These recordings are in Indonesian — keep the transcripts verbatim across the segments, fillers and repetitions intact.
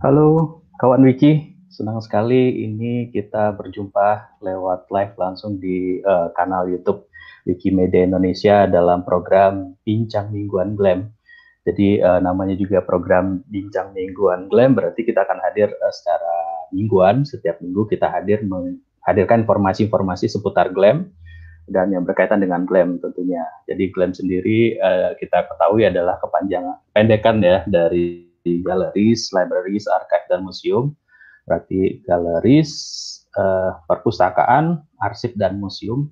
Halo, kawan Wiki. Senang sekali ini kita berjumpa lewat live langsung di uh, kanal YouTube Wikimedia Indonesia dalam program Bincang Mingguan Glam. Jadi uh, namanya juga program Bincang Mingguan Glam, berarti kita akan hadir uh, secara mingguan. Setiap minggu kita hadir menghadirkan informasi-informasi seputar Glam dan yang berkaitan dengan Glam tentunya. Jadi Glam sendiri uh, kita ketahui adalah kepanjangan pendekan ya dari Galleries, Libraries, Archive, dan Museum. Berarti Galleries, uh, perpustakaan, arsip, dan museum.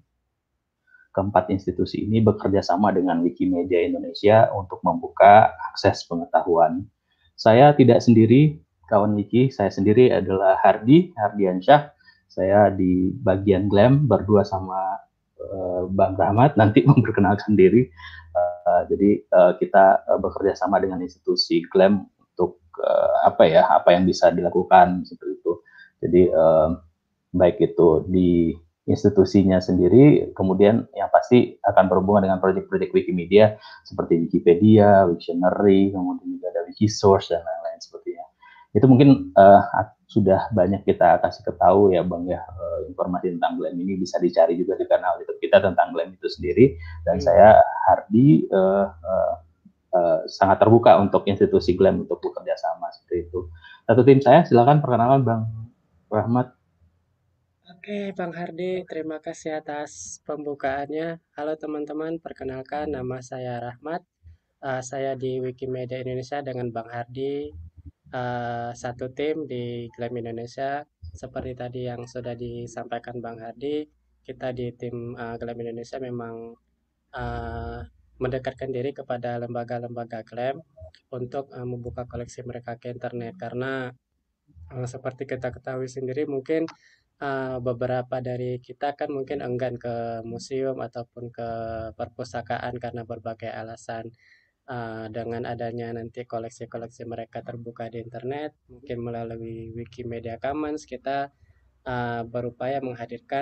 Keempat institusi ini bekerja sama dengan Wikimedia Indonesia untuk membuka akses pengetahuan. Saya tidak sendiri, kawan Wiki. Saya sendiri adalah Hardi, Hardiansyah. Saya di bagian Glam berdua sama uh, Bang Rahmat. Nanti memperkenalkan diri. Uh, jadi uh, kita uh, bekerja sama dengan institusi Glam untuk uh, apa ya, apa yang bisa dilakukan seperti itu. Jadi uh, baik itu di institusinya sendiri, kemudian yang pasti akan berhubungan dengan proyek-proyek Wikimedia seperti Wikipedia, Wiktionary, kemudian juga ada Wikisource dan lain-lain sepertinya. Itu mungkin uh, sudah banyak kita kasih ketahui ya Bang ya, uh, informasi tentang Glam ini bisa dicari juga di kanal YouTube kita tentang Glam itu sendiri. Dan Hmm. saya Hardi uh, uh, uh, sangat terbuka untuk institusi Glam untuk bekerja sama seperti itu. Satu tim saya, silakan perkenalan Bang Rahmat. Oke, Bang Hardi, terima kasih atas pembukaannya. Halo teman-teman, perkenalkan nama saya Rahmat. Eh, saya di Wikimedia Indonesia dengan Bang Hardi, eh, satu tim di Glam Indonesia. Seperti tadi yang sudah disampaikan Bang Hardi, kita di tim eh, Glam Indonesia memang eh, mendekatkan diri kepada lembaga-lembaga Glam untuk eh, membuka koleksi mereka ke internet karena eh, seperti kita ketahui sendiri mungkin eh, beberapa dari kita kan mungkin enggan ke museum ataupun ke perpustakaan karena berbagai alasan. Eh, dengan adanya nanti koleksi-koleksi mereka terbuka di internet, mungkin melalui Wikimedia Commons, kita eh, berupaya menghadirkan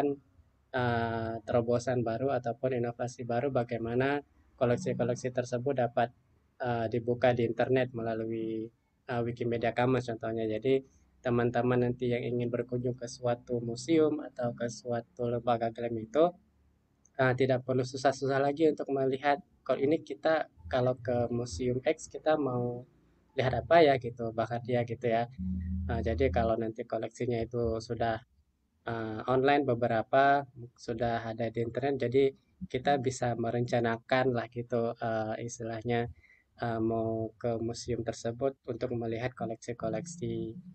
eh, terobosan baru ataupun inovasi baru bagaimana koleksi-koleksi tersebut dapat eh, dibuka di internet melalui eh, Wikimedia Commons contohnya. Jadi teman-teman nanti yang ingin berkunjung ke suatu museum atau ke suatu lembaga Glam itu eh, tidak perlu susah-susah lagi untuk melihat kalau ini kita kalau ke museum X kita mau lihat apa ya gitu bahkan dia gitu ya. Nah, jadi kalau nanti koleksinya itu sudah eh, online beberapa sudah ada di internet jadi kita bisa merencanakan lah gitu eh, istilahnya eh, mau ke museum tersebut untuk melihat koleksi-koleksi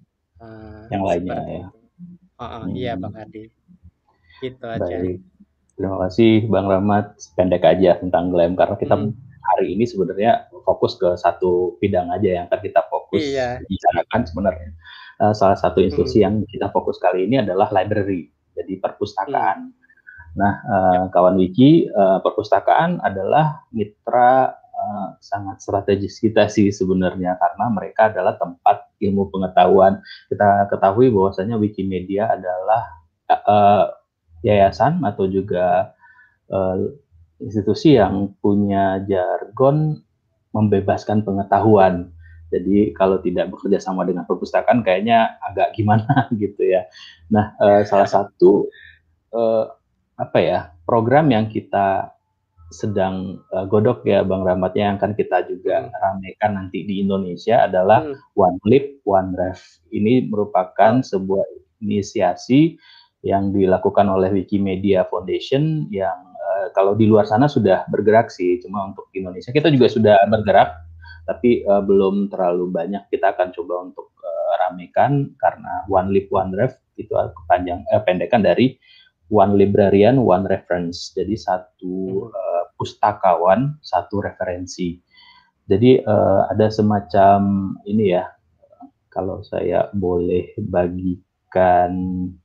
eh, Yang lainnya seperti ya. itu. Oh, oh, iya Hmm, Bang Hadi, gitu aja. baik. Terima kasih Bang Rahmat. Pendek aja tentang Glam karena kita Mm, hari ini sebenarnya fokus ke satu bidang aja yang akan kita fokus iya. bicarakan sebenarnya. Uh, salah satu Mm, institusi yang kita fokus kali ini adalah library, jadi mm, perpustakaan. Nah, uh, yap. kawan Wiki, uh, perpustakaan adalah mitra uh, sangat strategis kita sih sebenarnya karena mereka adalah tempat ilmu pengetahuan. Kita ketahui bahwasanya Wikimedia adalah uh, yayasan atau juga uh, institusi yang punya jargon membebaskan pengetahuan. Jadi kalau tidak bekerja sama dengan perpustakaan kayaknya agak gimana gitu ya. Nah, uh, salah satu uh, apa ya program yang kita sedang uh, godok ya Bang Rahmat yang akan kita juga Mm, ramaikan nanti di Indonesia adalah mm. One Lip One Ref. Ini merupakan Oh, sebuah inisiasi yang dilakukan oleh Wikimedia Foundation yang uh, kalau di luar sana sudah bergerak sih, cuma untuk Indonesia kita juga sudah bergerak, tapi uh, belum terlalu banyak. Kita akan coba untuk uh, ramekan karena One Lip One Ref itu panjang eh, pendekan dari One Librarian One Reference. Jadi satu mhm. uh, pustakawan satu referensi. Jadi uh, ada semacam ini ya, kalau saya boleh bagikan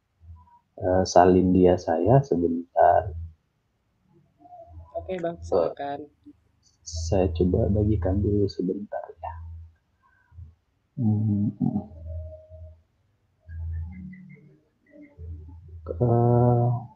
uh, salin dia saya sebentar. Oke Bang, Uh, silakan. saya coba bagikan dulu sebentar ya. Hmm, uh,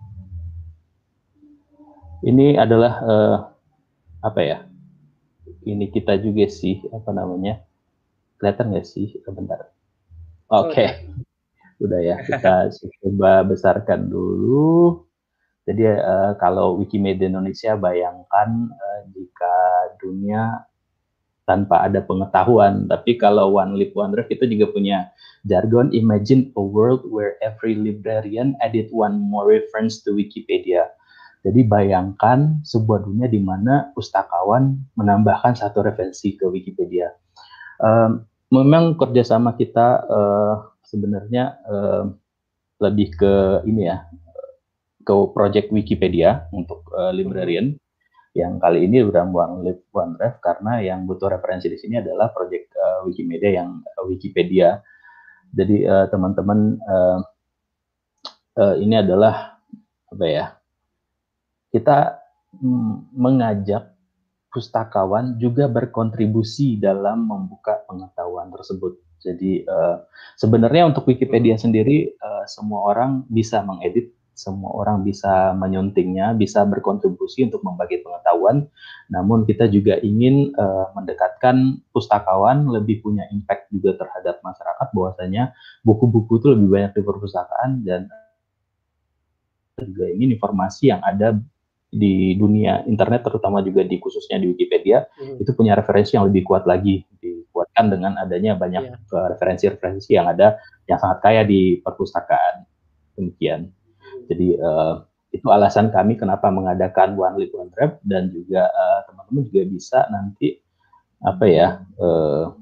ini adalah uh, apa ya? Ini kita juga sih apa namanya? Kelihatan nggak sih? Sebentar. Oh, Oke, udah. udah ya. Kita coba besarkan dulu. Jadi uh, kalau Wikimedia Indonesia bayangkan uh, jika dunia tanpa ada pengetahuan. Tapi kalau One Lip One Ref itu juga punya jargon, imagine a world where every librarian added one more reference to Wikipedia. Jadi bayangkan sebuah dunia di mana pustakawan menambahkan satu referensi ke Wikipedia. Um, memang kerjasama kita uh, sebenarnya uh, lebih ke ini ya, ke project Wikipedia untuk uh, Mhm. librarian. Yang kali ini udah One Lip One Ref karena yang butuh referensi di sini adalah project uh, Wikimedia yang uh, Wikipedia. Jadi uh, teman-teman uh, uh, ini adalah apa ya? Kita mm, mengajak pustakawan juga berkontribusi dalam membuka pengetahuan tersebut. Jadi uh, sebenarnya untuk Wikipedia Mhm. sendiri uh, semua orang bisa mengedit, semua orang bisa menyuntingnya, bisa berkontribusi untuk membagi pengetahuan. Namun kita juga ingin uh, mendekatkan pustakawan lebih punya impact juga terhadap masyarakat bahwasanya buku-buku itu lebih banyak di perpustakaan dan juga ingin informasi yang ada di dunia internet terutama juga di khususnya di Wikipedia Mhm. itu punya referensi yang lebih kuat lagi dikuatkan dengan adanya banyak Iya. uh, referensi-referensi yang ada yang sangat kaya di perpustakaan demikian. Mhm. Jadi uh, itu alasan kami kenapa mengadakan One Lip One Ref dan juga uh, teman-teman juga bisa nanti apa ya uh,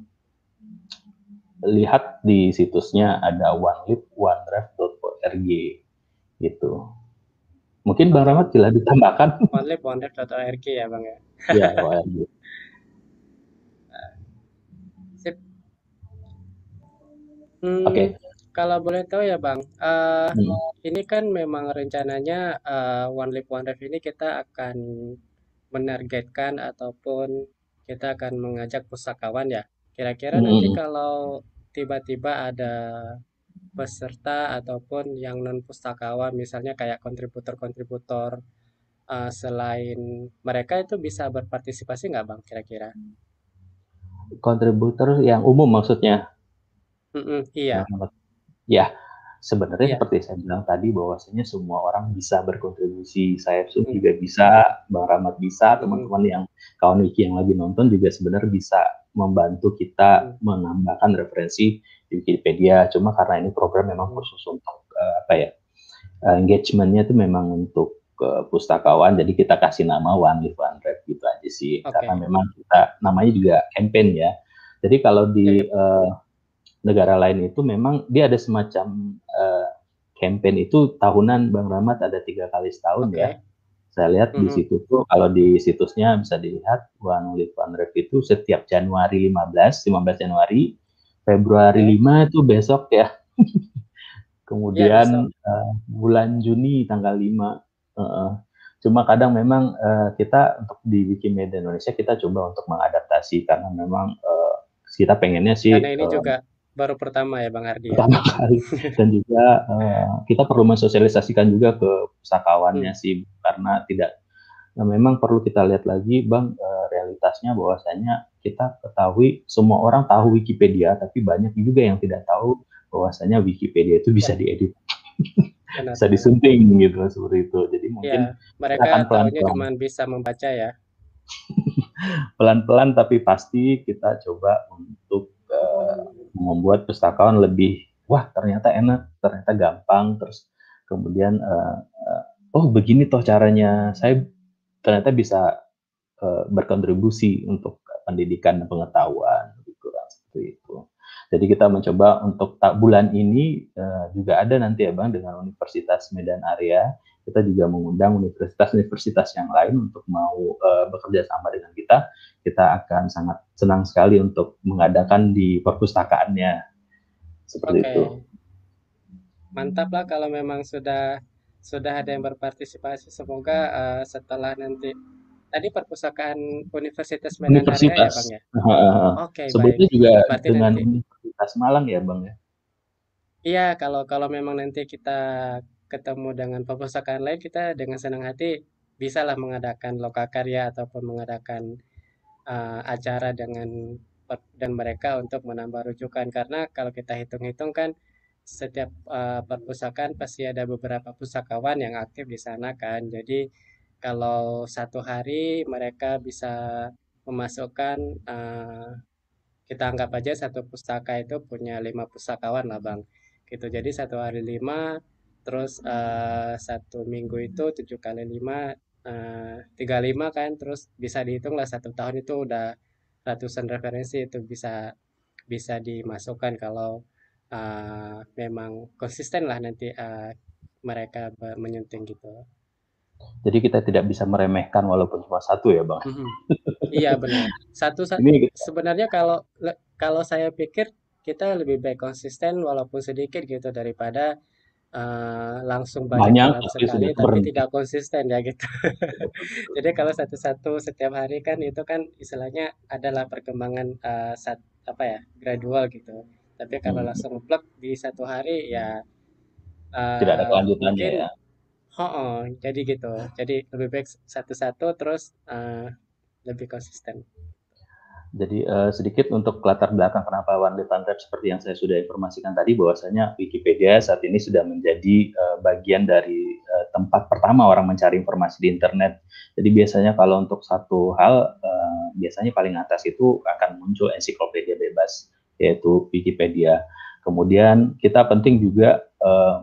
lihat di situsnya ada one lip one ref dot org gitu. Mungkin Bang Oh, Rahmat bila ditambahkan. onelip onref dot org ya, Bang, ya? Ya, O R G. Sip. Hmm, Oke. kalau boleh tahu ya, Bang, eee, Hmm. ini kan memang rencananya, eee, One Lip One Ref ini kita akan menargetkan ataupun kita akan mengajak pustakawan ya. Kira-kira nanti Hmm. kalau tiba-tiba ada peserta ataupun yang non pustakawan, misalnya kayak kontributor-kontributor, eee, selain mereka itu bisa berpartisipasi nggak, Bang, kira-kira? Kontributor yang umum maksudnya, Mhm, iya. Bang Rahmat. Ya, sebenarnya Iya. seperti saya bilang tadi bahwasanya semua orang bisa berkontribusi. Saya pun Mhm. juga bisa, Bang Rahmat bisa, Mhm. teman-teman yang kawan Wiki yang lagi nonton juga sebenarnya bisa membantu kita Mhm. menambahkan referensi di Wikipedia. Cuma karena ini program memang Mhm. khusus untuk uh, apa ya? Uh, engagement-nya itu memang untuk ke pustakawan, jadi kita kasih nama One Live One Ref gitu aja sih. Karena Oke. memang kita namanya juga campaign ya. Jadi kalau Ya, di ya. uh, negara lain itu memang dia ada semacam uh, campaign itu tahunan Bang Rahmat ada tiga kali setahun ya. Oke. Saya lihat di Mhm. situ tuh kalau di situsnya bisa dilihat One Live One Ref itu setiap Januari lima belas, lima belas Januari, Februari Oke. lima itu besok ya. Iya, besok. Kemudian uh, bulan Juni tanggal lima. Uh, cuma kadang memang uh, kita untuk di Wikimedia Indonesia kita coba untuk mengadaptasi karena memang uh, kita pengennya sih Karena ini uh, juga baru pertama ya, Bang Hardi ya? pertama kali dan juga uh, kita perlu mensosialisasikan juga ke Hmm. pustakawannya sih karena tidak nah, memang perlu kita lihat lagi Bang uh, realitasnya bahwasanya kita ketahui semua orang tahu Wikipedia tapi banyak juga yang tidak tahu bahwasanya Wikipedia itu Wah, bisa diedit benar bisa benar. disunting gitu seperti itu jadi Iya, mungkin kita mereka akan taunya pelan-pelan cuman bisa membaca ya. pelan-pelan tapi pasti kita coba untuk uh, membuat pustakawan lebih wah ternyata enak ternyata gampang terus kemudian uh, uh, oh begini toh caranya saya ternyata bisa uh, berkontribusi untuk pendidikan dan pengetahuan gitu kan seperti itu. Jadi kita mencoba untuk bulan ini uh, juga ada nanti ya Bang dengan Universitas Medan Area kita juga mengundang universitas-universitas yang lain untuk mau uh, bekerja sama dengan kita. Kita akan sangat senang sekali untuk mengadakan di perpustakaannya seperti itu. Oke, mantap lah kalau memang sudah sudah ada yang berpartisipasi. Semoga eh, setelah nanti tadi perpustakaan Universitas Medan Area ya, Bang Universitas. ya. Uh, Oke, baik. sebelumnya juga Berarti dengan nanti Universitas Malang ya Bang ya. iya, kalau kalau memang nanti kita ketemu dengan perpustakaan lain, kita dengan senang hati bisalah mengadakan lokakarya ataupun mengadakan eh, acara dengan dan mereka untuk menambah rujukan. Karena kalau kita hitung-hitung kan setiap uh, perpustakaan pasti ada beberapa pustakawan yang aktif di sana kan. Jadi kalau satu hari mereka bisa memasukkan uh, kita anggap aja satu pustaka itu punya lima pustakawan lah bang gitu jadi satu hari lima terus eh, satu minggu itu tujuh kali lima eh, tiga puluh lima kan terus bisa dihitung lah satu tahun itu udah ratusan referensi itu bisa bisa dimasukkan kalau eh, memang konsisten lah nanti eh, mereka menyenting gitu. Jadi kita tidak bisa meremehkan walaupun cuma satu ya Bang. Mhm. Iya benar. Satu sa- Ini sebenarnya kalau le- kalau saya pikir kita lebih baik konsisten walaupun sedikit gitu daripada eh, langsung banyak banyak dalam tapi sekali sudah tapi berhenti. tidak konsisten ya gitu. Jadi kalau satu-satu setiap hari kan itu kan istilahnya adalah perkembangan eh, sat- apa ya gradual gitu. Tapi kalau Hmm, langsung plek di satu hari ya tidak ada eh, kelanjutannya mungkin ya. oh, oh, jadi gitu. Jadi lebih baik satu-satu terus eh, lebih konsisten. Jadi uh, sedikit untuk latar belakang kenapa One Live One Rep seperti yang saya sudah informasikan tadi bahwasanya Wikipedia saat ini sudah menjadi uh, bagian dari uh, tempat pertama orang mencari informasi di internet. Jadi biasanya kalau untuk satu hal uh, biasanya paling atas itu akan muncul ensiklopedia bebas yaitu Wikipedia. Kemudian kita penting juga uh,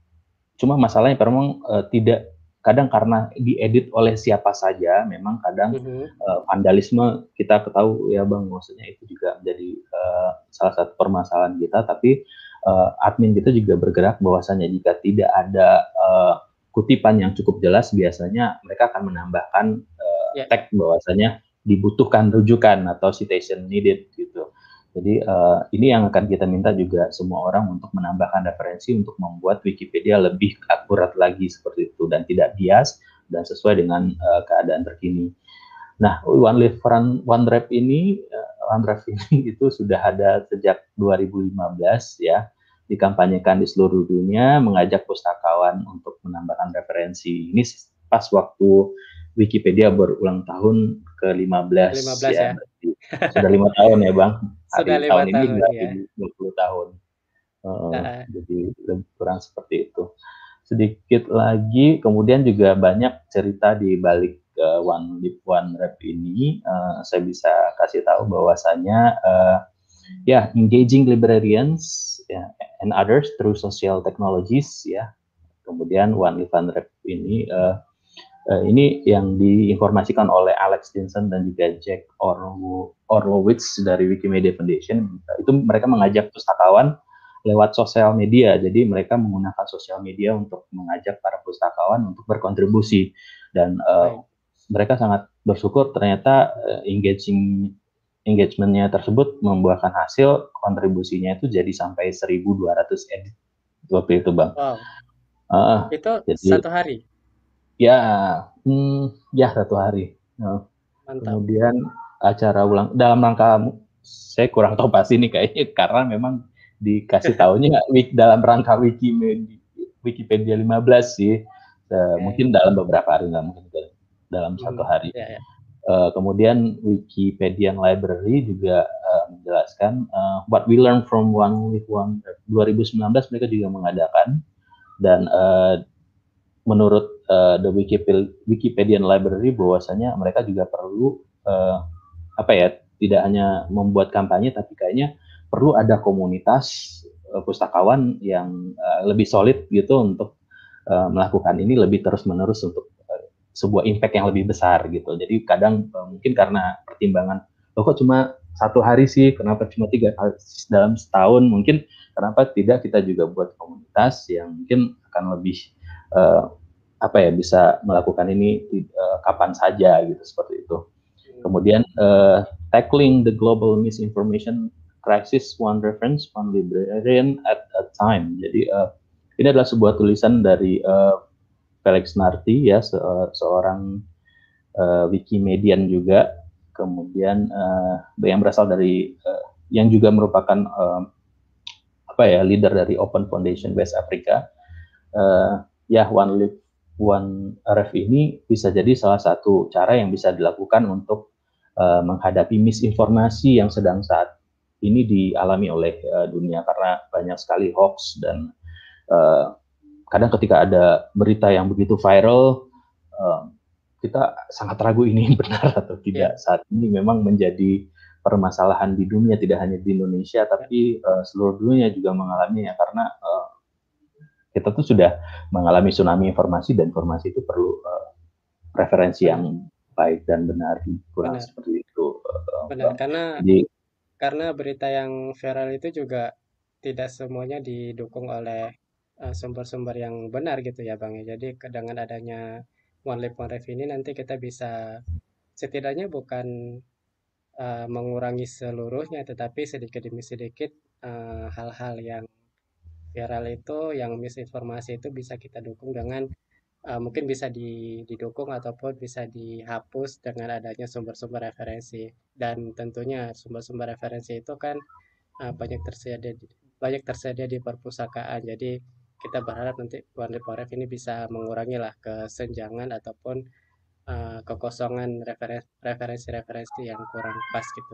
cuma masalahnya memang uh, tidak kadang karena diedit oleh siapa saja, memang kadang Mhm. uh, vandalisme kita ketahui ya bang, maksudnya itu juga menjadi uh, salah satu permasalahan kita. Tapi uh, admin kita juga bergerak bahwasanya jika tidak ada uh, kutipan yang cukup jelas, biasanya mereka akan menambahkan uh, Ya, tag bahwasanya dibutuhkan rujukan atau citation needed gitu. Jadi uh, ini yang akan kita minta juga semua orang untuk menambahkan referensi untuk membuat Wikipedia lebih akurat lagi seperti itu dan tidak bias dan sesuai dengan uh, keadaan terkini. Nah, One Live One, One Rep ini, uh, One Rep ini itu sudah ada sejak dua ribu lima belas ya, dikampanyekan di seluruh dunia, mengajak pustakawan untuk menambahkan referensi. Ini pas waktu Wikipedia berulang tahun ke lima belas lima belas ya, ya. berarti sudah lima tahun ya Bang. Sudah Hari lima tahun ini tahun ya. dua ribu dua puluh tahun. Uh, Heeh. jadi lebih kurang seperti itu. Sedikit lagi, kemudian juga banyak cerita di balik uh, One Live One Rep ini. Uh, saya bisa kasih tahu bahwasanya uh, ya yeah, engaging librarians yeah, and others through social technologies ya. Yeah. Kemudian One Live One Rep ini uh, uh, ini yang diinformasikan oleh Alex Stinson dan juga Jack Orlo Orlowitz dari Wikimedia Foundation. Itu mereka mengajak pustakawan lewat sosial media. Jadi mereka menggunakan sosial media untuk mengajak para pustakawan untuk berkontribusi dan uh, Baik. mereka sangat bersyukur ternyata uh, engaging engagementnya tersebut membuahkan hasil kontribusinya itu jadi sampai seribu dua ratus edit waktu itu bang. Wow. Uh, Itu jadi satu hari. ya, hmm, ya satu hari. Uh, Mantap. kemudian acara ulang dalam rangka saya kurang tahu pasti nih kayaknya karena memang dikasih tahunya dalam rangka Wikimedia Wikipedia lima belas sih. Uh, Oke. mungkin dalam beberapa hari nggak mungkin dalam satu Mhm. hari. Ya, ya. Uh, kemudian Wikipedian Library juga uh, menjelaskan uh, what we learn from One with One dua ribu sembilan belas mereka juga mengadakan dan uh, menurut uh, the Wikipedian Library bahwasanya mereka juga perlu uh, apa ya tidak hanya membuat kampanye tapi kayaknya perlu ada komunitas uh, pustakawan yang uh, lebih solid gitu untuk uh, melakukan ini lebih terus menerus untuk uh, sebuah impact yang lebih besar gitu. Jadi kadang uh, mungkin karena pertimbangan loh kok cuma satu hari sih, kenapa cuma tiga kali dalam setahun, mungkin kenapa tidak kita juga buat komunitas yang mungkin akan lebih uh, apa ya bisa melakukan ini uh, kapan saja gitu seperti itu. Hmm. Kemudian uh, tackling the global misinformation crisis, one reference, one librarian at a time. Jadi uh, ini adalah sebuah tulisan dari uh, Felix Narti ya, se seorang uh, Wikimedian juga. Kemudian uh, yang berasal dari uh, yang juga merupakan uh, apa ya leader dari Open Foundation West Africa. Uh, ya One Live One Ref ini bisa jadi salah satu cara yang bisa dilakukan untuk uh, menghadapi misinformasi yang sedang saat ini dialami oleh uh, dunia, karena banyak sekali hoax dan uh, kadang ketika ada berita yang begitu viral, uh, kita sangat ragu ini benar atau tidak. Ya, Saat ini memang menjadi permasalahan di dunia, tidak hanya di Indonesia, ya, tapi uh, seluruh dunia juga mengalaminya, karena uh, kita tuh sudah mengalami tsunami informasi, dan informasi itu perlu uh, referensi benar, yang baik dan benar, kurang benar, seperti itu. Uh, benar. Bang. Karena Jadi karena berita yang viral itu juga tidak semuanya didukung oleh eh, sumber-sumber yang benar gitu ya Bang ya. Jadi ke- dengan adanya One Life One Life ini nanti kita bisa setidaknya bukan eh, mengurangi seluruhnya, tetapi sedikit demi sedikit eh, hal-hal yang viral itu, yang misinformasi itu bisa kita dukung dengan eh, mungkin bisa di- didukung ataupun bisa dihapus dengan adanya sumber-sumber referensi. Dan tentunya sumber-sumber referensi itu kan eh, banyak tersedia di, banyak tersedia di perpustakaan. Jadi kita berharap nanti One Life One Life ini bisa mengurangi lah kesenjangan ataupun eh, kekosongan referen- referensi-referensi yang kurang pas gitu.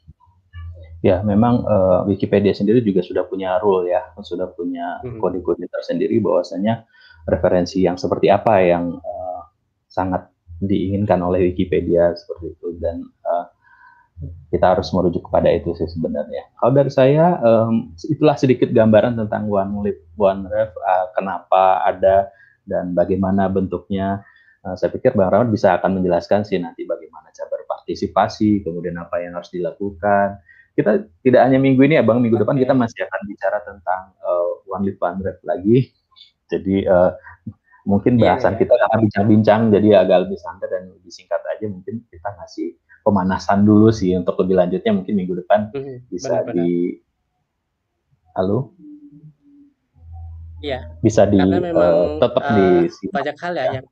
ya memang uh, Wikipedia sendiri juga sudah punya rule ya, sudah punya Mhm. kode-kode tersendiri bahwasanya referensi yang seperti apa yang uh, sangat diinginkan oleh Wikipedia seperti itu, dan uh, kita harus merujuk kepada itu sih sebenarnya. Kalau dari saya, um, itulah sedikit gambaran tentang One Life One Ref, uh, kenapa ada dan bagaimana bentuknya. Uh, saya pikir Bang Rahmat bisa akan menjelaskan sih nanti bagaimana cara berpartisipasi, kemudian apa yang harus dilakukan. Kita tidak hanya minggu ini ya Bang, minggu depan kita Oke, masih akan bicara tentang uh, One Life One Ref lagi. Jadi uh, mungkin iya iya bahasan ya. kita akan bincang-bincang, jadi agak lebih santai dan lebih singkat aja. Mungkin kita ngasih pemanasan dulu sih, untuk lebih lanjutnya mungkin minggu depan Mhm, bisa benar-benar. di halo Iya, bisa karena di memang uh, tetap eh, disimak banyak hal ya ya. yang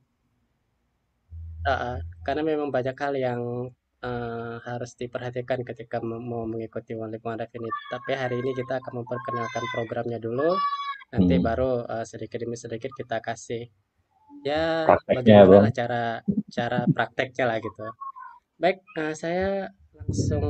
eh, eh, karena memang banyak hal yang eh, harus diperhatikan ketika me- mau mengikuti One Life One Life ini. Tapi hari ini kita akan memperkenalkan programnya dulu, nanti Hmm, baru eh, sedikit demi sedikit kita kasih ya prakteknya ya bagaimana Bang. lah cara cara prakteknya lah gitu. Baik, eh, saya langsung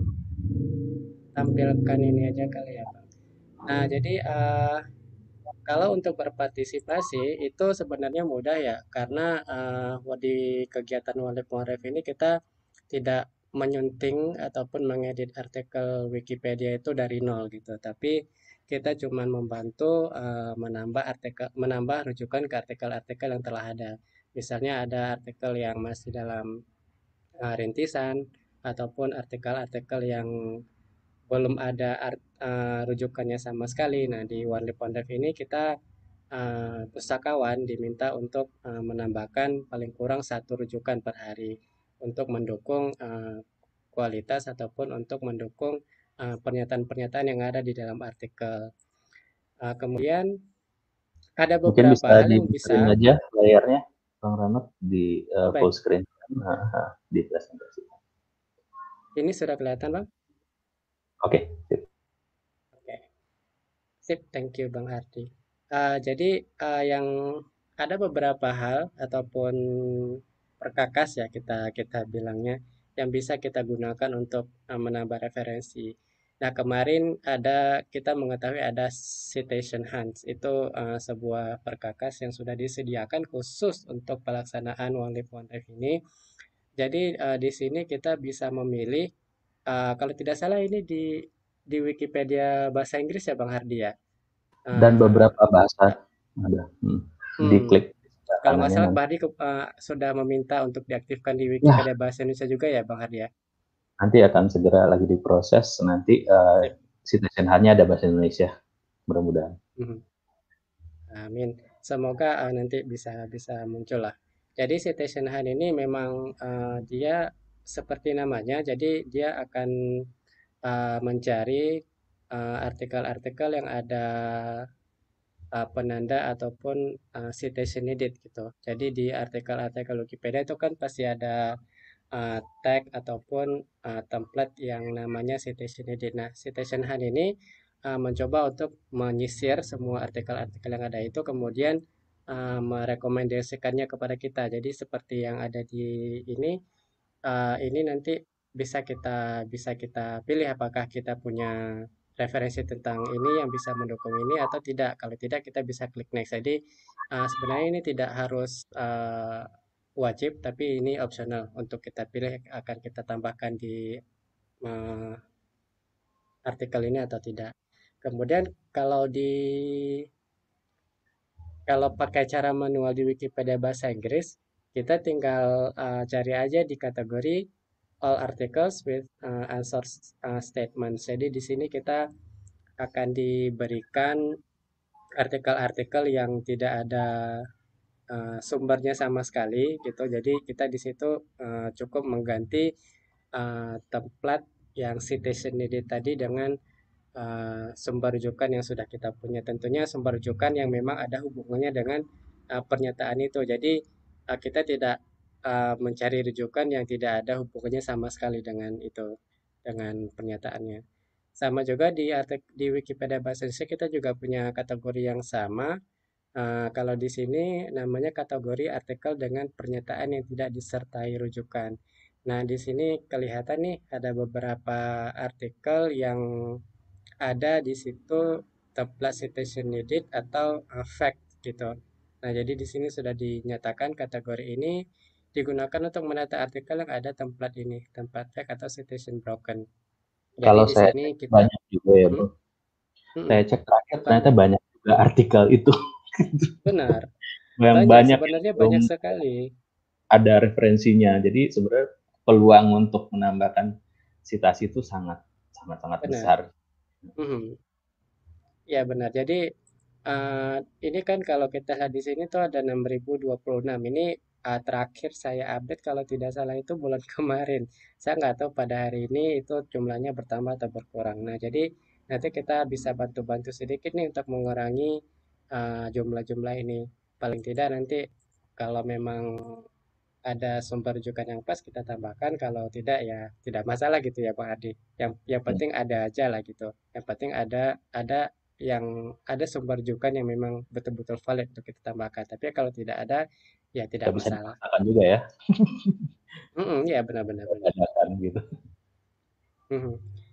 tampilkan ini aja kali ya Bang. Nah, jadi eh, kalau untuk berpartisipasi itu sebenarnya mudah ya, karena eh, di kegiatan Wallep Waref ini kita tidak menyunting ataupun mengedit artikel Wikipedia itu dari nol gitu, tapi kita cuma membantu eh, menambah artikel, menambah rujukan ke artikel-artikel yang telah ada. Misalnya ada artikel yang masih dalam eh, rintisan ataupun artikel-artikel yang belum ada art- eh, rujukannya sama sekali. Nah, di One Lip One Dive ini kita eh, pustakawan diminta untuk eh, menambahkan paling kurang satu rujukan per hari untuk mendukung eh, kualitas ataupun untuk mendukung eh, pernyataan-pernyataan yang ada di dalam artikel. Eh, kemudian ada Mungkin beberapa bisa hal di yang bisa, screen aja layarnya Bang Rahmat, di oh uh, full baik, screen. Nah, di presentasi. ini sudah kelihatan Bang? Oke, sip. Oke, sip, thank you Bang Hardi. Eh, jadi eh, yang ada beberapa hal ataupun perkakas ya kita kita bilangnya yang bisa kita gunakan untuk eh, menambah referensi. Nah, kemarin ada kita mengetahui ada citation hunts. Itu eh, sebuah perkakas yang sudah disediakan khusus untuk pelaksanaan One Life One Life ini. Jadi eh, di sini kita bisa memilih eh, kalau tidak salah ini di di Wikipedia bahasa Inggris ya Bang Hardi ya. Dan Eh, beberapa bahasa ada. Hmm. hmm, Diklik di sebelah kalau nggak kanannya salah Pak nanti. Hardi ke- eh, sudah meminta untuk diaktifkan di Ya, Wikipedia bahasa Indonesia juga ya Bang Hardi ya. nanti akan segera lagi diproses. Nanti uh, Sip. citation hanya ada bahasa Indonesia, mudah-mudahan. Mhm. Amin. Semoga eh, nanti bisa bisa muncul lah. Jadi citation hand ini memang eh, dia seperti namanya, jadi dia akan eh, mencari eh, artikel-artikel yang ada eh, penanda ataupun eh, citation needed gitu. Jadi di artikel-artikel Wikipedia itu kan pasti ada eh, tag ataupun eh, template yang namanya citation needed. Nah, citation hand ini eh, mencoba untuk menyisir semua artikel-artikel yang ada itu kemudian eh, merekomendasikannya kepada kita. Jadi seperti yang ada di ini, eh, ini nanti. bisa kita bisa kita pilih apakah kita punya referensi tentang ini yang bisa mendukung ini atau tidak. Kalau tidak, kita bisa klik next. Jadi uh, sebenarnya ini tidak harus uh, wajib, tapi ini optional untuk kita pilih akan kita tambahkan di uh, artikel ini atau tidak. Kemudian kalau di kalau pakai cara manual di Wikipedia bahasa Inggris, kita tinggal uh, cari aja di kategori all articles with uh, answer uh, statements. Jadi di sini kita akan diberikan artikel-artikel yang tidak ada uh, sumbernya sama sekali gitu. Jadi kita di situ uh, cukup mengganti uh, template yang citation needed tadi dengan uh, sumber rujukan yang sudah kita punya. Tentunya sumber rujukan yang memang ada hubungannya dengan uh, pernyataan itu. Jadi uh, kita tidak uh, mencari rujukan yang tidak ada hubungannya sama sekali dengan itu, dengan pernyataannya. Sama juga di artik di Wikipedia Bahasa Indonesia kita juga punya kategori yang sama. Uh, kalau di sini namanya kategori artikel dengan pernyataan yang tidak disertai rujukan. Nah, di sini kelihatan nih ada beberapa artikel yang ada di situ template citation needed atau uh, fact gitu. Nah, jadi di sini sudah dinyatakan kategori ini digunakan untuk menata artikel yang ada template ini, template fact atau citation broken. Jadi Kalau di saya sini cek kita, banyak juga ya hmm, bro, hmm, saya cek terakhir ternyata banyak, banyak juga artikel itu benar, yang banyak banyak yang sebenarnya belum banyak sekali. ada referensinya. Jadi sebenarnya peluang untuk menambahkan sitasi itu sangat sangat sangat Benar. besar. Mhm. Ya benar. Jadi eh, ini kan kalau kita lihat di sini tuh ada enam ribu dua puluh enam. Ini eh, terakhir saya update kalau tidak salah itu bulan kemarin. Saya nggak tahu pada hari ini itu jumlahnya bertambah atau berkurang. Nah, jadi nanti kita bisa bantu-bantu sedikit nih untuk mengurangi eh, jumlah-jumlah ini. Paling tidak nanti kalau memang ada sumber rujukan yang pas kita tambahkan, kalau tidak ya tidak masalah gitu ya Pak Adi. Yang yang penting ada aja lah gitu. Yang penting ada ada yang ada sumber rujukan yang memang betul-betul valid untuk kita tambahkan. Tapi kalau tidak ada ya tidak Nggak bisa masalah. dipaksakan juga ya, Mm-mm, ya benar-benar benar. dadakan gitu. Mhm.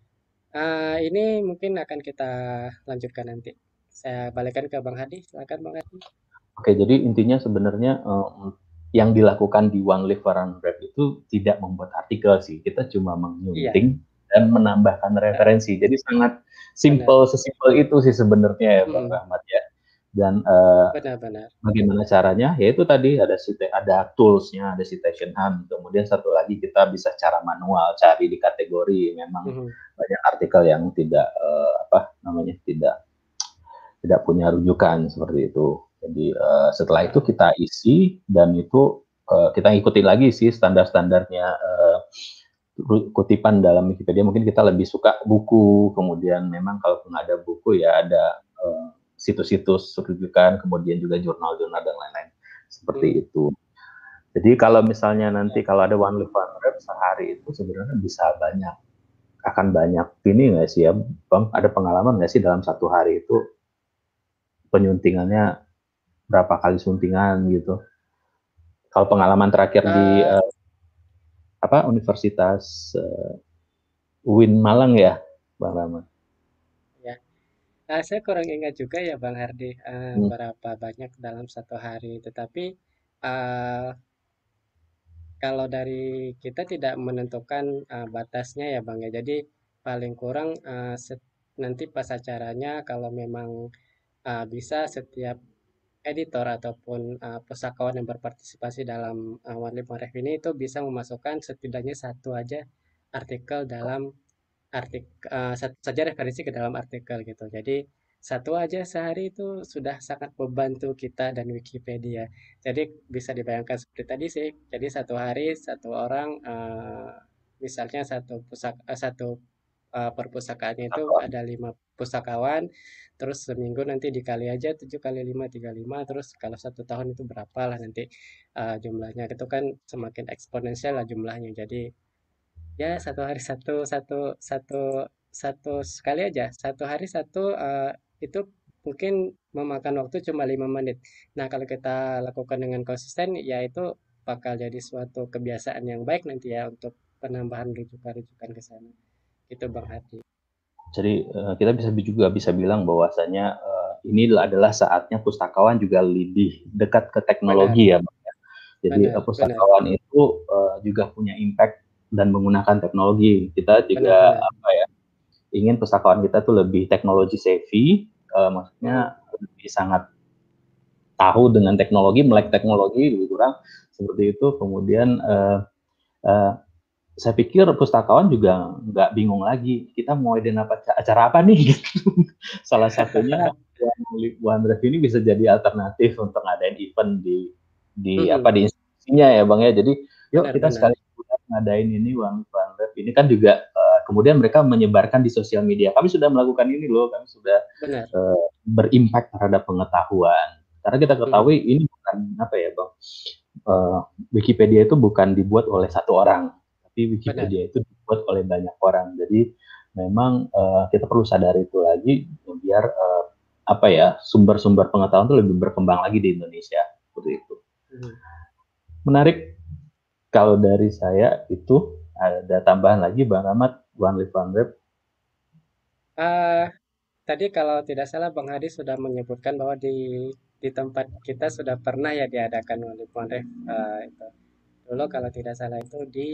Ah, ini mungkin akan kita lanjutkan nanti. Saya balikkan ke Bang Hadi. Silakan Bang Hadi. Oke, jadi intinya sebenarnya uh, yang dilakukan di One Live One Rap itu tidak membuat artikel sih, kita cuma Iya, menyunting dan menambahkan benar, referensi. Jadi sangat benar. simple, sesimpel itu sih sebenarnya ya Bang Mm-mm, Rahmat ya. Dan uh, benar-benar. bagaimana caranya? Yaitu tadi ada ada toolsnya, ada citation hunt. Kemudian satu lagi kita bisa cara manual cari di kategori. Memang Mhm, banyak artikel yang tidak uh, apa namanya tidak tidak punya rujukan seperti itu. Jadi uh, setelah itu ah, kita isi dan itu uh, kita ikuti lagi sih standar-standarnya uh, kutipan dalam Wikipedia. Mungkin kita lebih suka buku, kemudian memang kalau nggak ada buku ya ada uh, situs-situs rujukan, kemudian juga jurnal-jurnal dan lain-lain hmm, seperti itu. Jadi kalau misalnya ya. nanti kalau ada one live one rep sehari itu sebenarnya bisa banyak akan banyak ini nggak sih ya Bang? Ada pengalaman nggak sih dalam satu hari itu penyuntingannya berapa kali suntingan gitu. Kalau pengalaman terakhir di Ah, uh, apa Universitas uh, U I N Malang ya, Bang Rama. ya. Ah, saya kurang ingat juga ya Bang Hardi, eh, Hmm. berapa banyak dalam satu hari. Tetapi eh, kalau dari kita tidak menentukan eh, batasnya ya Bang ya. Jadi paling kurang eh, set- nanti pas acaranya kalau memang eh, bisa setiap editor ataupun uh, pusakawan yang berpartisipasi dalam uh, One Lip One Ref ini itu bisa memasukkan setidaknya satu aja artikel dalam artikel uh, satu saja referensi ke dalam artikel gitu. Jadi satu aja sehari itu sudah sangat membantu kita dan Wikipedia. Jadi bisa dibayangkan seperti tadi sih. Jadi satu hari satu orang uh, misalnya satu pusaka uh, satu uh, perpustakaannya itu ada lima pustakawan, terus seminggu nanti dikali aja tujuh kali lima tiga puluh lima, terus kalau satu tahun itu berapa lah nanti uh, jumlahnya. Itu kan semakin eksponensial lah jumlahnya. Jadi ya satu hari satu satu satu satu sekali aja satu hari satu eh, itu mungkin memakan waktu cuma lima menit. Nah kalau kita lakukan dengan konsisten ya itu bakal jadi suatu kebiasaan yang baik nanti ya untuk penambahan rujukan-rujukan ke sana. Itu Bang Hardi. Jadi uh, kita bisa juga bisa bilang bahwasanya uh, ini adalah saatnya pustakawan juga lebih dekat ke Benar, teknologi ya, Bang. Jadi uh, benar, benar, pustakawan itu uh, juga punya impact dan menggunakan teknologi. Kita benar, juga benar. apa ya, ingin pustakawan kita tuh lebih teknologi savvy, uh, Mm-mm. maksudnya lebih sangat tahu dengan teknologi, melek teknologi, lebih kurang seperti itu. Kemudian uh, uh, saya pikir pustakawan juga nggak bingung lagi, kita mau adain apa, acara apa nih gitu. Salah satunya One Drive ini bisa jadi alternatif untuk ngadain event di di apa Mm-mm. di institusinya ya Bang ya. Jadi yuk kita Benar-benar, sekali ngadain ini One Drive ini kan juga uh, kemudian mereka menyebarkan di sosial media. Kami sudah melakukan ini loh, kami sudah benar. uh, berimpact terhadap pengetahuan. Karena kita Mm-mm. ketahui ini bukan apa ya Bang, uh, Wikipedia itu bukan dibuat oleh satu orang, tapi Benar. Wikipedia itu dibuat oleh banyak orang. Jadi memang uh, kita perlu sadari itu lagi biar uh, apa ya sumber-sumber pengetahuan itu lebih berkembang lagi di Indonesia seperti itu. Mm-mm. Menarik kalau dari saya itu ada tambahan lagi Bang Ahmad, One Live One Rep. Ah, tadi kalau tidak salah Bang Hadi sudah menyebutkan bahwa di di tempat kita sudah pernah ya diadakan Wali Pondref eh, itu. Dulu kalau tidak salah itu di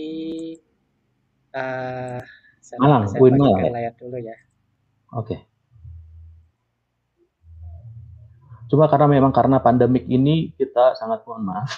ah sebentar Malang, saya U I N Malang bagikan ya. layar dulu ya. Oke. Okay. Cuma karena memang karena pandemik ini kita sangat mohon maaf,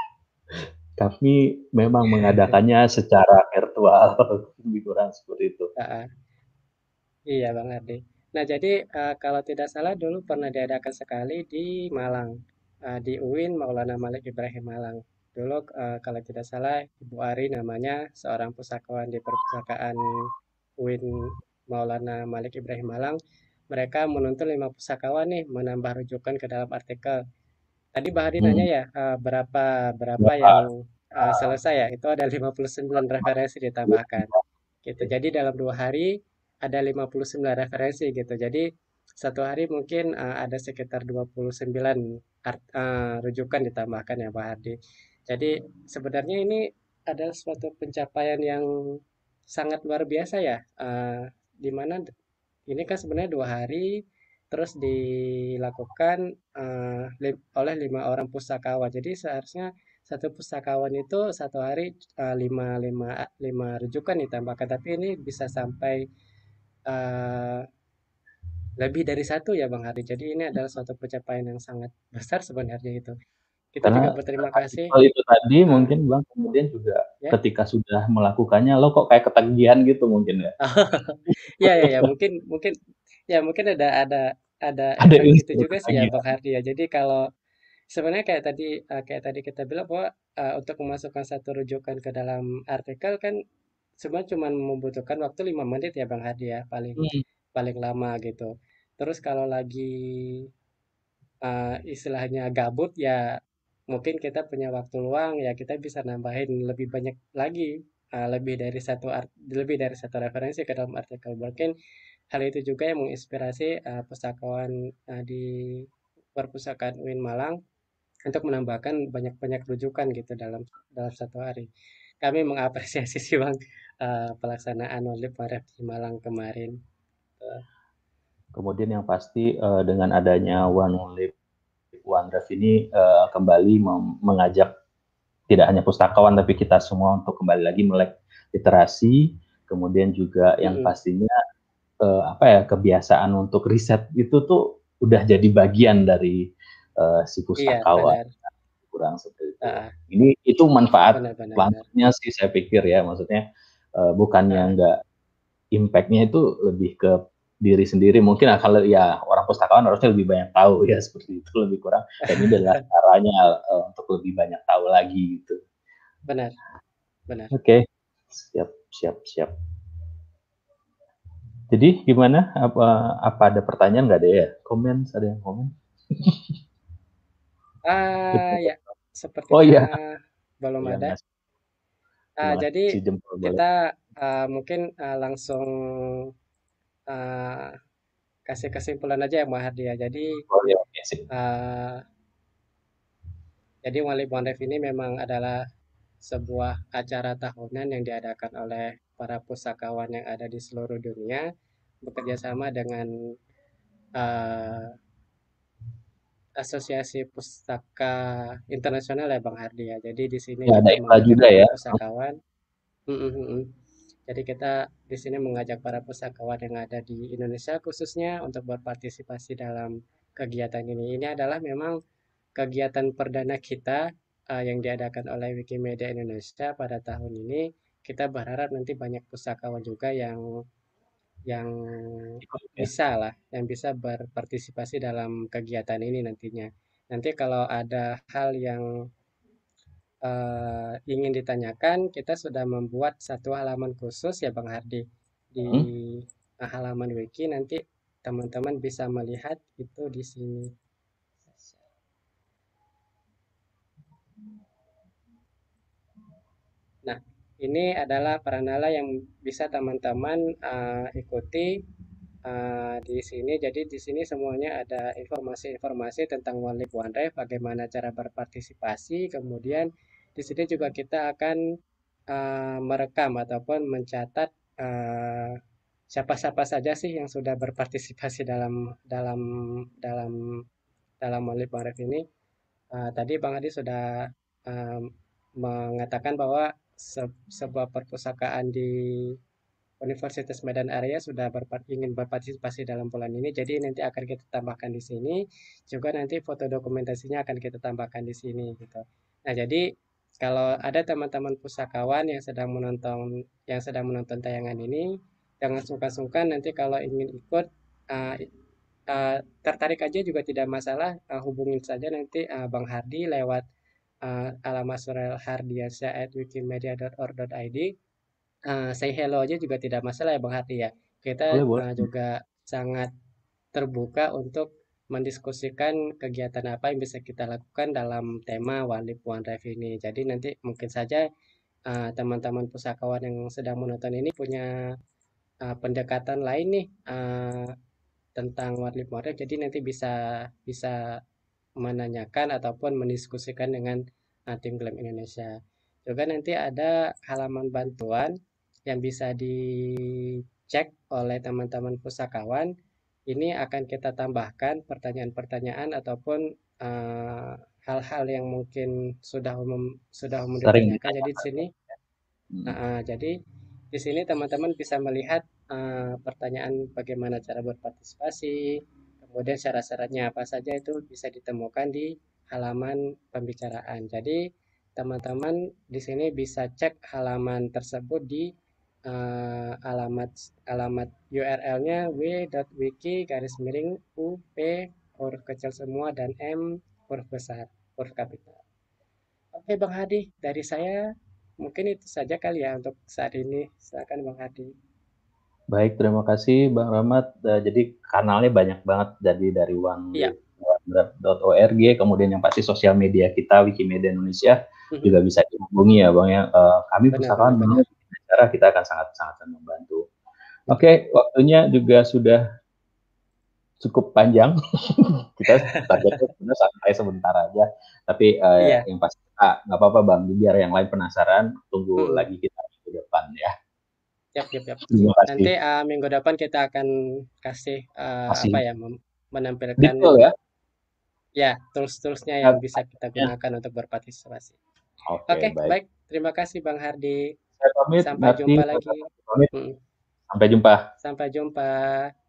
kami memang mengadakannya secara virtual, lebih kurang seperti itu. Ah, ah. Iya Bang Hadi. Nah jadi eh, kalau tidak salah dulu pernah diadakan sekali di Malang. Eh, di U I N Maulana Malik Ibrahim Malang. Dulu eh, kalau tidak salah Ibu Ari namanya seorang pusakawan di perpustakaan U I N Maulana Malik Ibrahim Malang. Mereka menuntut lima pusakawan nih menambah rujukan ke dalam artikel. Tadi Bang Hadi nanya Hmm. ya eh, berapa berapa yang Berapa? eh, selesai ya? Itu ada lima puluh sembilan referensi ditambahkan gitu. Jadi dalam dua hari ada lima puluh sembilan referensi gitu. Jadi satu hari mungkin uh, ada sekitar dua puluh sembilan art, uh, rujukan ditambahkan ya Pak Hardi. Jadi sebenarnya ini adalah suatu pencapaian yang sangat luar biasa ya. Uh, di mana ini kan sebenarnya dua hari terus dilakukan uh, li- oleh lima orang pustakawan. Jadi seharusnya satu pustakawan itu satu hari uh, lima, lima, lima rujukan ditambahkan. Tapi ini bisa sampai uh, lebih dari satu ya Bang Hari. Jadi ini adalah suatu pencapaian yang sangat besar sebenarnya itu. Kita juga Karena berterima kasih. artikel itu tadi uh, mungkin Bang kemudian juga ya. ketika sudah melakukannya lo kok kayak ketagihan gitu mungkin ya. Ya ya ya mungkin mungkin ya mungkin ada ada ada Ada efek itu unsur juga sih ya Bang ketagihan. Hardi ya. Jadi kalau sebenarnya kayak tadi eh, kayak tadi kita bilang bahwa eh, untuk memasukkan satu rujukan ke dalam artikel kan sebenarnya cuma membutuhkan waktu lima menit ya Bang Hardi ya paling Hmm. paling lama gitu. Terus kalau lagi eh, istilahnya gabut ya mungkin kita punya waktu luang ya kita bisa nambahin lebih banyak lagi eh, lebih dari satu art, lebih dari satu referensi ke dalam artikel. Mungkin hal itu juga yang menginspirasi eh, pustakawan eh, di perpustakaan U I N Malang untuk menambahkan banyak-banyak rujukan gitu dalam dalam satu hari. Kami mengapresiasi sih Bang eh, pelaksanaan Wali Paref di Malang kemarin. Eh, Kemudian yang pasti uh, dengan adanya One Live One Drive ini uh, kembali mengajak tidak hanya pustakawan tapi kita semua untuk kembali lagi melek literasi, kemudian juga yang mm-mm. pastinya uh, apa ya kebiasaan untuk riset itu tuh udah jadi bagian dari uh, si Iya pustakawan benar. kurang seperti itu. Ah, ah, Ini itu manfaat benar benar benar. langsungnya sih saya pikir ya, maksudnya uh, bukannya Ah, ah. nggak impact-nya itu lebih ke diri sendiri. Mungkin kalau ya orang pustakawan harusnya lebih banyak tahu ya seperti itu lebih kurang. Dan ini adalah caranya uh, untuk lebih banyak tahu lagi gitu. Benar benar. Oke, okay. siap siap siap. Jadi gimana? Apa apa ada pertanyaan nggak ada ya? Komen, ada yang komen? Ah ya, Oh sepertinya iya, belum yang ada. ngasih, Ah, jadi ngasih jempol boleh. kita ah, mungkin ah, langsung ah, kasih kesimpulan aja ya Mbak Hardi ya. Jadi Oh iya, oke sih. ah, jadi Wali Bonref ini memang adalah sebuah acara tahunan yang diadakan oleh para pustakawan yang ada di seluruh dunia bekerja sama dengan eh, Asosiasi Pustaka Internasional ya Bang Hardi ya. Jadi di sini Ya, ada kita IKLA mengajak juga para ya. pustakawan. Mm, mm, mm, mm. Jadi kita di sini mengajak para pustakawan yang ada di Indonesia khususnya untuk berpartisipasi dalam kegiatan ini. Ini adalah memang kegiatan perdana kita eh, yang diadakan oleh Wikimedia Indonesia pada tahun ini. Kita berharap nanti banyak pustakawan juga yang yang Ya. bisa lah, yang bisa berpartisipasi dalam kegiatan ini nantinya. Nanti kalau ada hal yang eh, ingin ditanyakan, kita sudah membuat satu halaman khusus ya Bang Hardi di Hmm. eh, halaman wiki. Nanti teman-teman bisa melihat itu di sini. Nah, ini adalah Pranala yang bisa teman-teman eh, ikuti eh, di sini. Jadi di sini semuanya ada informasi-informasi tentang One Life One Drive, bagaimana cara berpartisipasi. Kemudian di sini juga kita akan eh, merekam ataupun mencatat eh, siapa-siapa saja sih yang sudah berpartisipasi dalam dalam dalam dalam One Life One Drive ini. Eh, tadi Bang Adi sudah em, mengatakan bahwa se- sebuah perpustakaan di Universitas Medan Area sudah berpa- ingin berpartisipasi dalam bulan ini, jadi nanti akan kita tambahkan di sini. Juga nanti foto dokumentasinya akan kita tambahkan di sini gitu. Nah, jadi kalau ada teman-teman pustakawan yang sedang menonton yang sedang menonton tayangan ini, jangan sungkan-sungkan nanti kalau ingin ikut uh, uh, tertarik aja juga tidak masalah, uh, hubungin saja nanti uh, Bang Hardi lewat uh, alamat surelhardiansyah at wikimedia dot org dot i d. Eh, say hello aja juga tidak masalah ya Bang Hati ya. Kita Boleh, boleh. eh, juga sangat terbuka untuk mendiskusikan kegiatan apa yang bisa kita lakukan dalam tema One Life One Drive ini. Jadi nanti mungkin saja eh, teman-teman pusakawan yang sedang menonton ini punya eh, pendekatan lain nih eh, tentang One Life One Drive. Jadi nanti bisa bisa menanyakan ataupun mendiskusikan dengan uh, tim Glam Indonesia. Juga nanti ada halaman bantuan yang bisa dicek oleh teman-teman pustakawan. Ini akan kita tambahkan pertanyaan-pertanyaan ataupun uh, hal-hal yang mungkin sudah umum sudah umum Sering ditanyakan. Jadi di ditanyakan. sini uh, Hmm. uh, jadi di sini teman-teman bisa melihat uh, pertanyaan bagaimana cara berpartisipasi, kemudian syarat-syaratnya apa saja itu bisa ditemukan di halaman pembicaraan. Jadi teman-teman di sini bisa cek halaman tersebut di uh, alamat alamat U R L-nya w.wiki garis miring up huruf kecil semua dan m huruf besar huruf kapital. Oke Bang Hadi, dari saya mungkin itu saja kali ya untuk saat ini. Silakan Bang Hadi. Baik, terima kasih Bang Rahmat. Eh, jadi kanalnya banyak banget, jadi dari Iya. onelive dot org, kemudian yang pasti sosial media kita Wikimedia Indonesia Mhm. juga bisa dihubungi ya Bang ya. Eh, kami Benar, benar, pustakawan benar. memang cara kita akan sangat-sangat membantu. Betul. Oke, waktunya juga sudah cukup panjang. Kita targetnya sebenarnya santai sebentar aja, tapi eh, Iya. yang pasti ah, nggak apa-apa Bang, biar yang lain penasaran, tunggu Mhm. lagi kita minggu depan ya. Yap, yap, yap. Terima Nanti kasih. uh, minggu depan kita akan kasih uh, apa Masih ya, mem- menampilkan detail ya. ya tools-toolsnya yang bisa kita Ya. gunakan untuk berpartisipasi. Oke, Oke, baik. baik. Terima kasih Bang Hardi. Saya pamit, Sampai Narti. jumpa lagi. Pamit. Mhm. Sampai jumpa. Sampai jumpa.